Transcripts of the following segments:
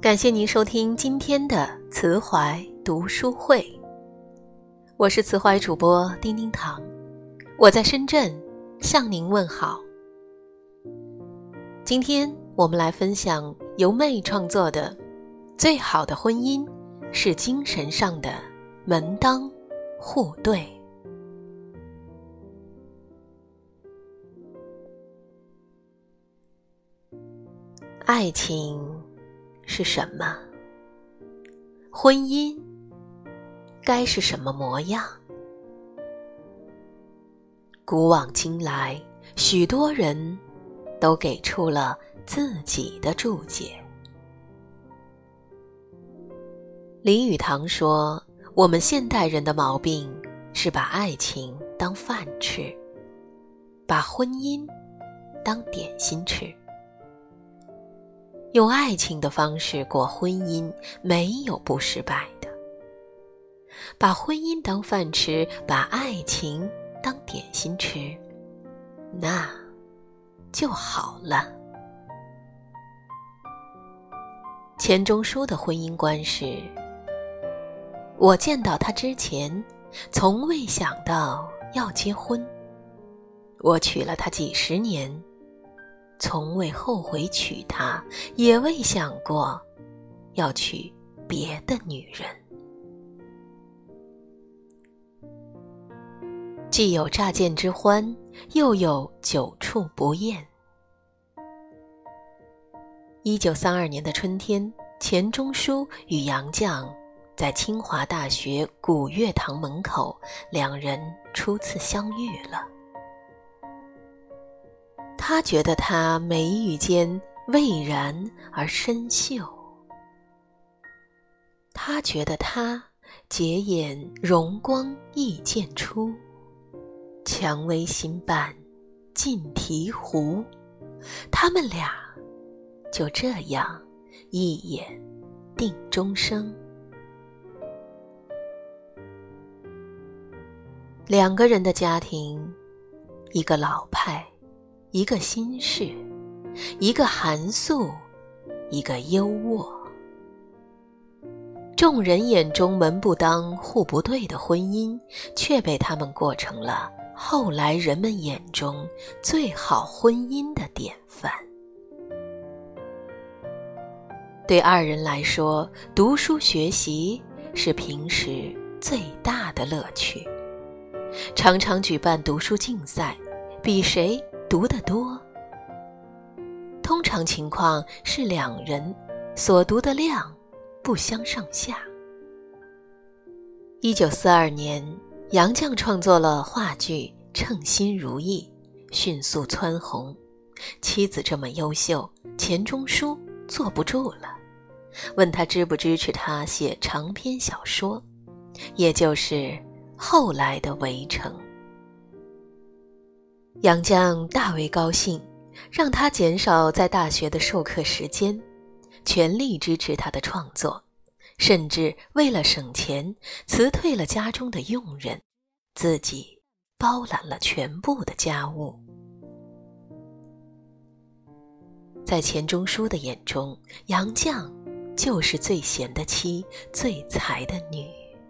感谢您收听今天的慈怀读书会，我是慈怀主播丁丁糖，我在深圳向您问好。今天我们来分享由妹创作的最好的婚姻是精神上的门当户对。爱情是什么？婚姻该是什么模样？古往今来，许多人都给出了自己的注解。林语堂说，我们现代人的毛病是把爱情当饭吃，把婚姻当点心吃。用爱情的方式过婚姻，没有不失败的。把婚姻当饭吃，把爱情当点心吃，那就好了。钱钟书的婚姻观是：我见到他之前，从未想到要结婚；我娶了她几十年，从未后悔娶她，也未想过要娶别的女人。既有乍见之欢，又有久处不厌。1932年的春天，钱钟书与杨绛在清华大学古月堂门口，两人初次相遇了。他觉得她眉宇间蔚然而深秀，他觉得她睫眼容光亦见出，蔷薇心瓣尽醍醐。他们俩就这样一眼定终生。两个人的家庭，一个老派，一个新式，一个寒素，一个优渥。众人眼中门不当户不对的婚姻，却被他们过成了后来人们眼中最好婚姻的典范。对二人来说，读书学习是平时最大的乐趣，常常举办读书竞赛，比谁读得多。通常情况是两人所读的量不相上下。1942年，杨绛创作了话剧《称心如意》，迅速蹿红。妻子这么优秀，钱钟书坐不住了，问他支不支持他写长篇小说，也就是后来的《围城》。杨绛大为高兴，让他减少在大学的授课时间，全力支持他的创作，甚至为了省钱，辞退了家中的佣人，自己包揽了全部的家务。在钱钟书的眼中，杨绛就是最贤的妻，最才的女。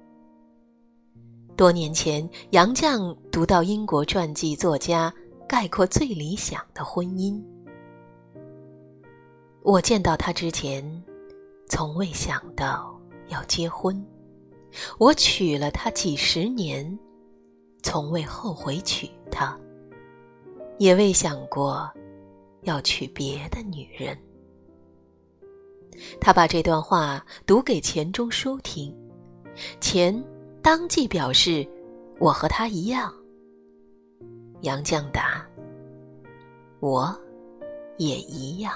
多年前，杨绛读到英国传记作家概括最理想的婚姻：我见到他之前，从未想到要结婚；我娶了她几十年，从未后悔娶她，也未想过要娶别的女人。他把这段话读给钱钟书听，钱当即表示我和他一样。杨绛答，我也一样。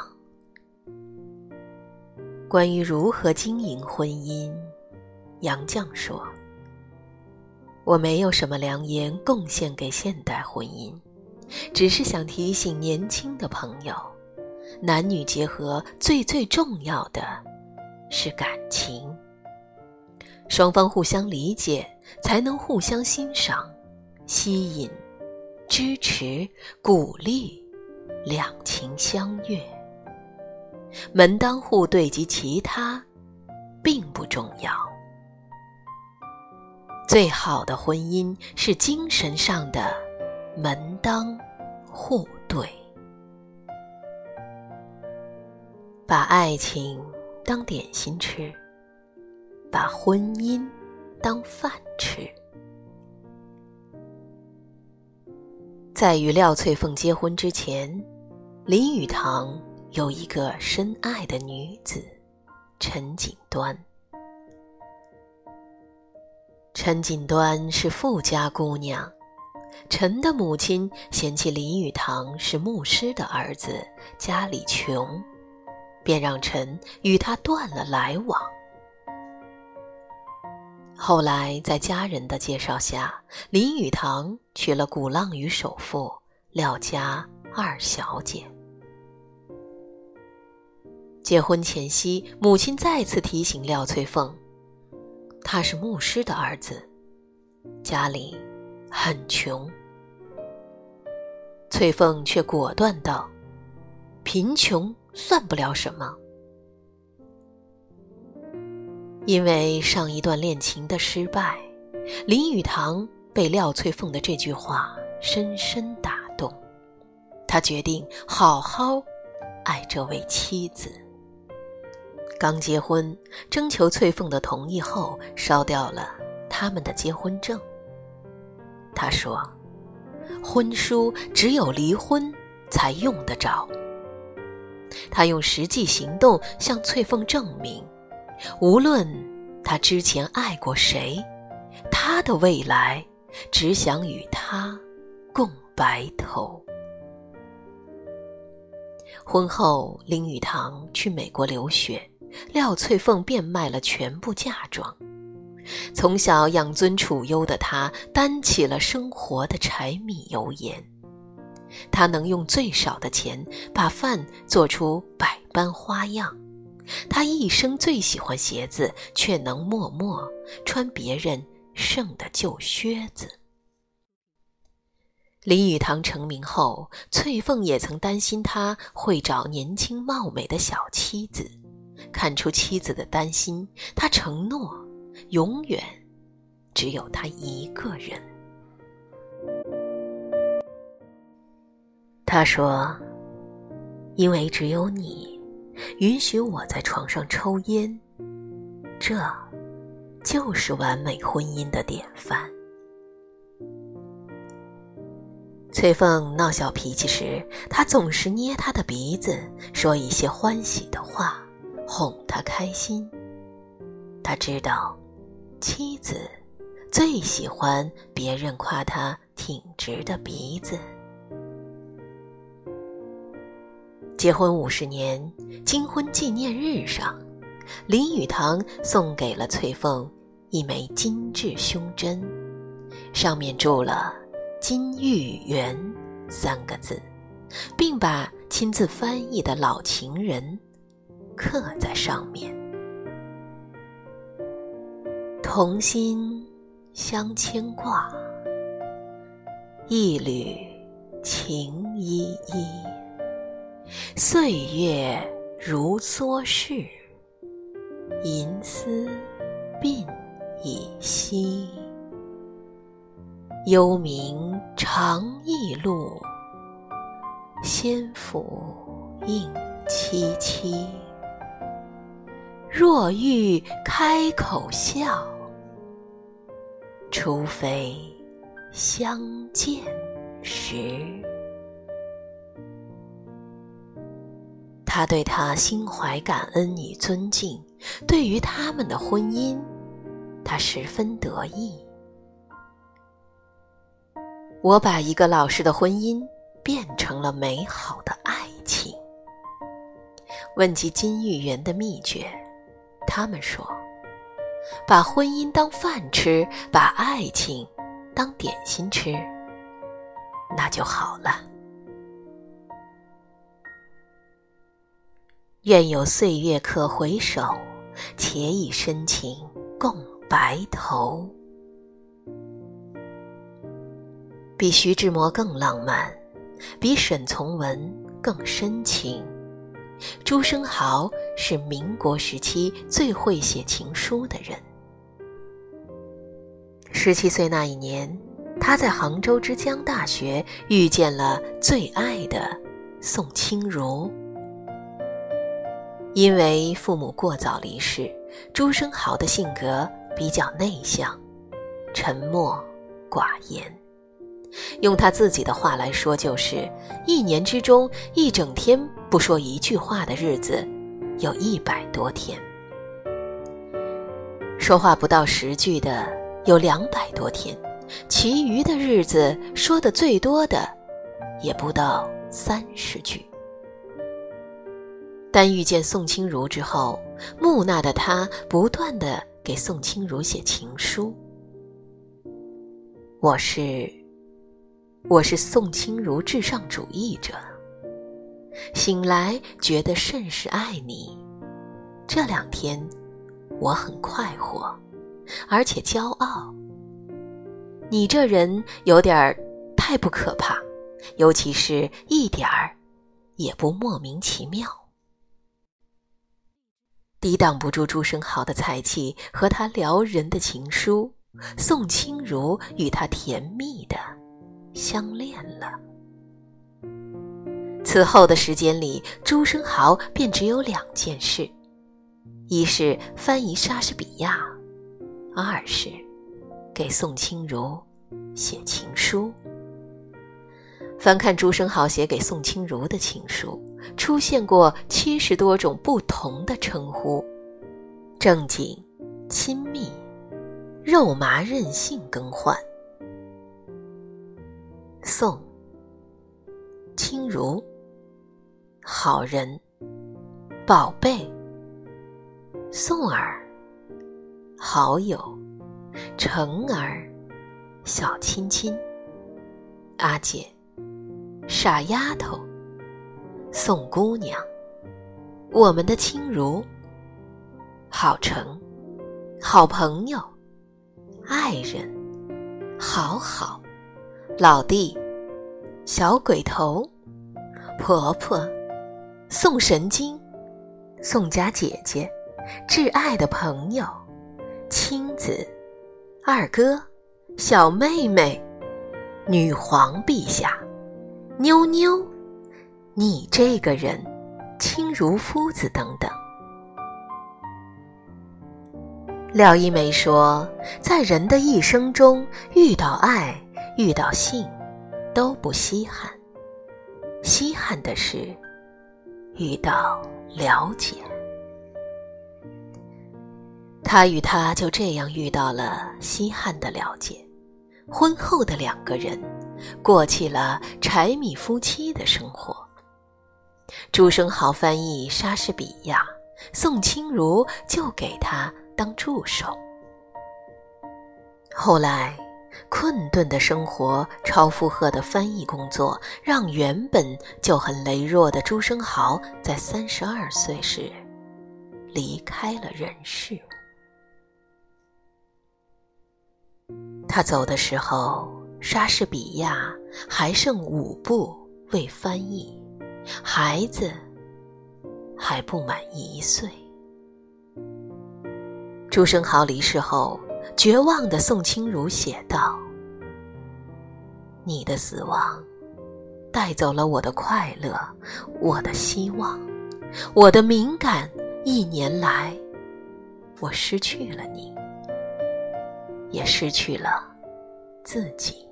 关于如何经营婚姻，杨绛说，我没有什么良言贡献给现代婚姻，只是想提醒年轻的朋友，男女结合最重要的是感情，双方互相理解，才能互相欣赏、吸引、支持、鼓励，两情相悦。 门当户对及其他并不重要。最好的婚姻是精神上的门当户对。把爱情当点心吃，把婚姻当饭吃。在与廖翠凤结婚之前，林语堂有一个深爱的女子陈锦端。陈锦端是富家姑娘，陈的母亲嫌弃林语堂是牧师的儿子，家里穷，便让陈与他断了来往。后来在家人的介绍下，林语堂娶了鼓浪屿首富廖家二小姐。结婚前夕，母亲再次提醒廖翠凤，他是牧师的儿子，家里很穷。翠凤却果断道，贫穷算不了什么。因为上一段恋情的失败，林语堂被廖翠凤的这句话深深打动，他决定好好爱这位妻子。刚结婚，征求翠凤的同意后，烧掉了他们的结婚证。他说，婚书只有离婚才用得着。他用实际行动向翠凤证明，无论他之前爱过谁，他的未来只想与他共白头。婚后，林语堂去美国留学，廖翠凤变卖了全部嫁妆。从小养尊处优的她，担起了生活的柴米油盐。她能用最少的钱把饭做出百般花样。她一生最喜欢鞋子，却能默默穿别人剩的旧靴子。林语堂成名后，翠凤也曾担心他会找年轻貌美的小妻子。看出妻子的担心，他承诺永远只有他一个人。他说，因为只有你允许我在床上抽烟，这就是完美婚姻的典范。翠凤闹小脾气时，他总是捏她的鼻子，说一些欢喜的话，哄她开心。他知道，妻子最喜欢别人夸她挺直的鼻子。结婚50年，金婚纪念日上，林语堂送给了翠凤一枚金质胸针，上面铸了金玉缘3个字，并把亲自翻译的老情人刻在上面。同心相牵挂，一缕情依依，岁月如梭逝，银丝鬓已稀。幽冥长驿路，仙府应凄凄。若欲开口笑，除非相见时。他对他心怀感恩与尊敬，对于他们的婚姻，他十分得意。我把一个老实的婚姻变成了美好的爱情。问及金玉缘的秘诀，他们说，把婚姻当饭吃，把爱情当点心吃，那就好了。愿有岁月可回首，且以深情共白头。比徐志摩更浪漫，比沈从文更深情， 朱生豪是民国时期最会写情书的人。17岁那一年，他在杭州之江大学遇见了最爱的宋清如。因为父母过早离世，朱生豪的性格比较内向，沉默寡言。用他自己的话来说，就是一年之中一整天不说一句话的日子有100多天，说话不到10句的有200多天，其余的日子说的最多的也不到30句。但遇见宋清如之后，木讷的他不断地给宋清如写情书。我是宋清如至上主义者，醒来觉得甚是爱你，这2天我很快活，而且骄傲。你这人有点太不可怕，尤其是一点儿也不莫名其妙。抵挡不住朱生豪的才气和他撩人的情书，宋清如与他甜蜜地相恋了。此后的时间里，朱生豪便只有2件事，一是翻译莎士比亚，二是给宋清如写情书。翻看朱生豪写给宋清如的情书，出现过70多种不同的称呼，正经、亲密、肉麻任性更换。宋清如，好人，宝贝，宋儿，好友，成儿，小亲亲，阿姐，傻丫头，宋姑娘，我们的清如，好成，好朋友，爱人，好好，老弟，小鬼头，婆婆，宋神经，宋家姐姐，挚爱的朋友，亲子，二哥，小妹妹，女皇陛下，妞妞，你这个人，清如夫子等等。廖一梅说，在人的一生中，遇到爱，遇到性，都不稀罕，稀罕的是遇到了解。他与她就这样遇到了稀罕的了解，婚后的2个人过起了柴米夫妻的生活。朱生豪翻译莎士比亚，宋清如就给他当助手。后来困顿的生活，超负荷的翻译工作，让原本就很羸弱的朱生豪在32岁时离开了人世。他走的时候，莎士比亚还剩5部未翻译，孩子还不满1岁。朱生豪离世后，绝望的宋清如写道：你的死亡带走了我的快乐，我的希望，我的敏感，1年来我失去了你，也失去了自己。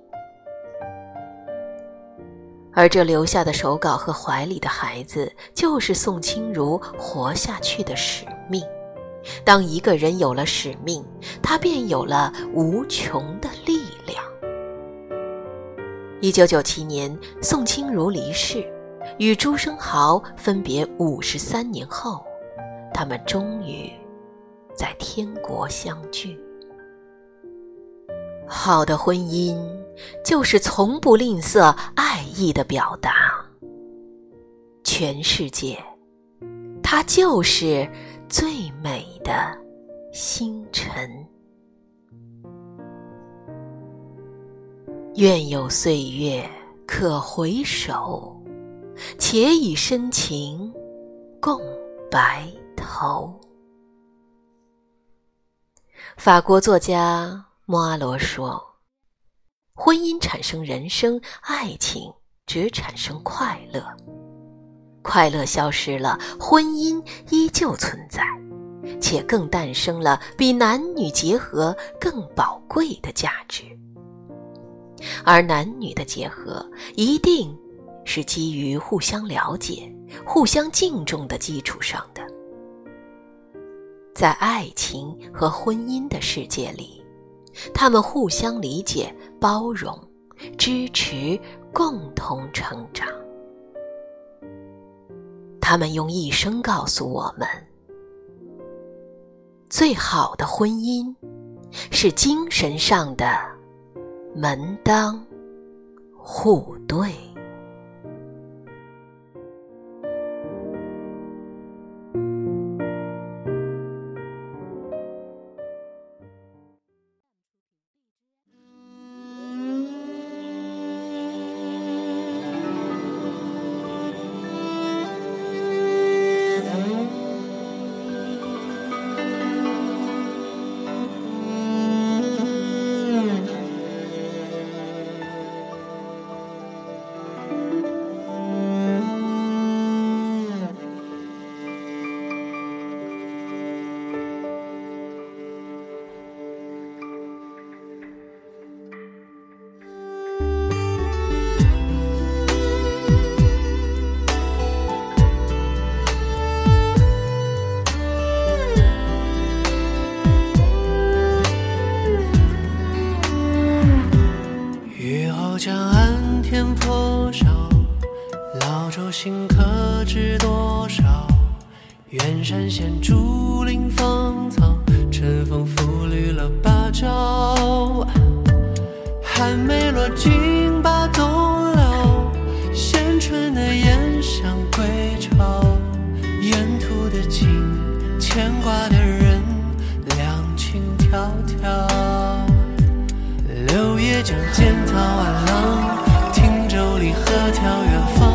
而这留下的手稿和怀里的孩子，就是宋清如活下去的使命。当一个人有了使命，他便有了无穷的力量。1997年，宋清如离世，与朱生豪分别53年后，他们终于在天国相聚。好的婚姻就是从不吝啬爱意的表达，全世界，它就是最美的星辰。愿有岁月可回首，且以深情共白头。法国作家莫阿罗说，婚姻产生人生，爱情只产生快乐。快乐消失了，婚姻依旧存在，且更诞生了比男女结合更宝贵的价值。而男女的结合一定是基于互相了解、互相敬重的基础上的。在爱情和婚姻的世界里，他们互相理解、包容、支持，共同成长。他们用一生告诉我们，最好的婚姻是精神上的门当户对。 心可知多少？远山现竹林芳草，晨风拂绿了芭蕉。寒梅落尽把冬了，衔春的燕想归巢。沿途的景，牵挂的人，两情迢迢。柳叶将剑涛暗浪，汀州里鹤眺远方。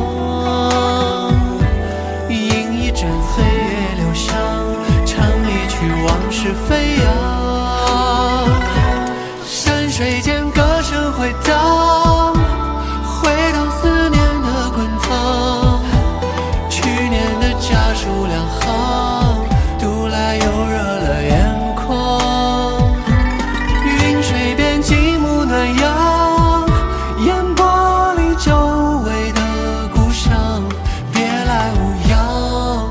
岁月流香，唱一曲往事飞扬。山水间歌声回荡，回荡思念的滚烫。去年的家书两行，读来又热了眼眶。云水边寂寞暖阳，烟波里久违的故乡。别来无恙，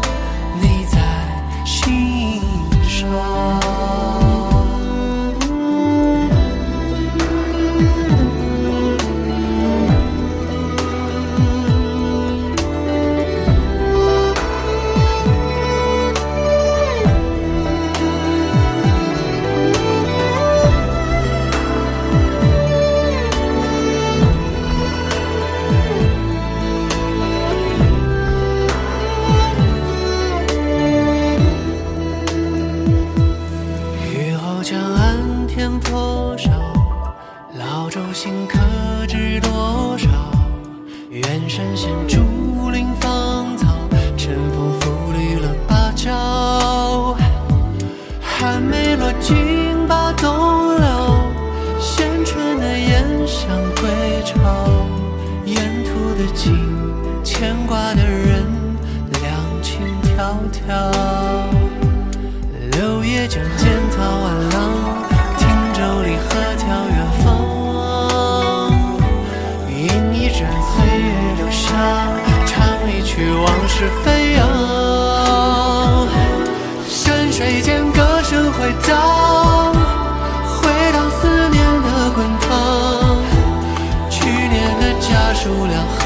心上。多少老舟行可知多少？远山现竹林芳草，晨风拂绿了芭蕉。寒梅落尽把冬了，衔春的燕想归巢。沿途的景，牵挂的人，两情迢迢。柳叶将剑涛暗浪，舟里鹤眺远方。饮一盏岁月留香，唱一曲往事飞扬。山水间歌声回荡，回荡思念的滚烫。去年的家书两行，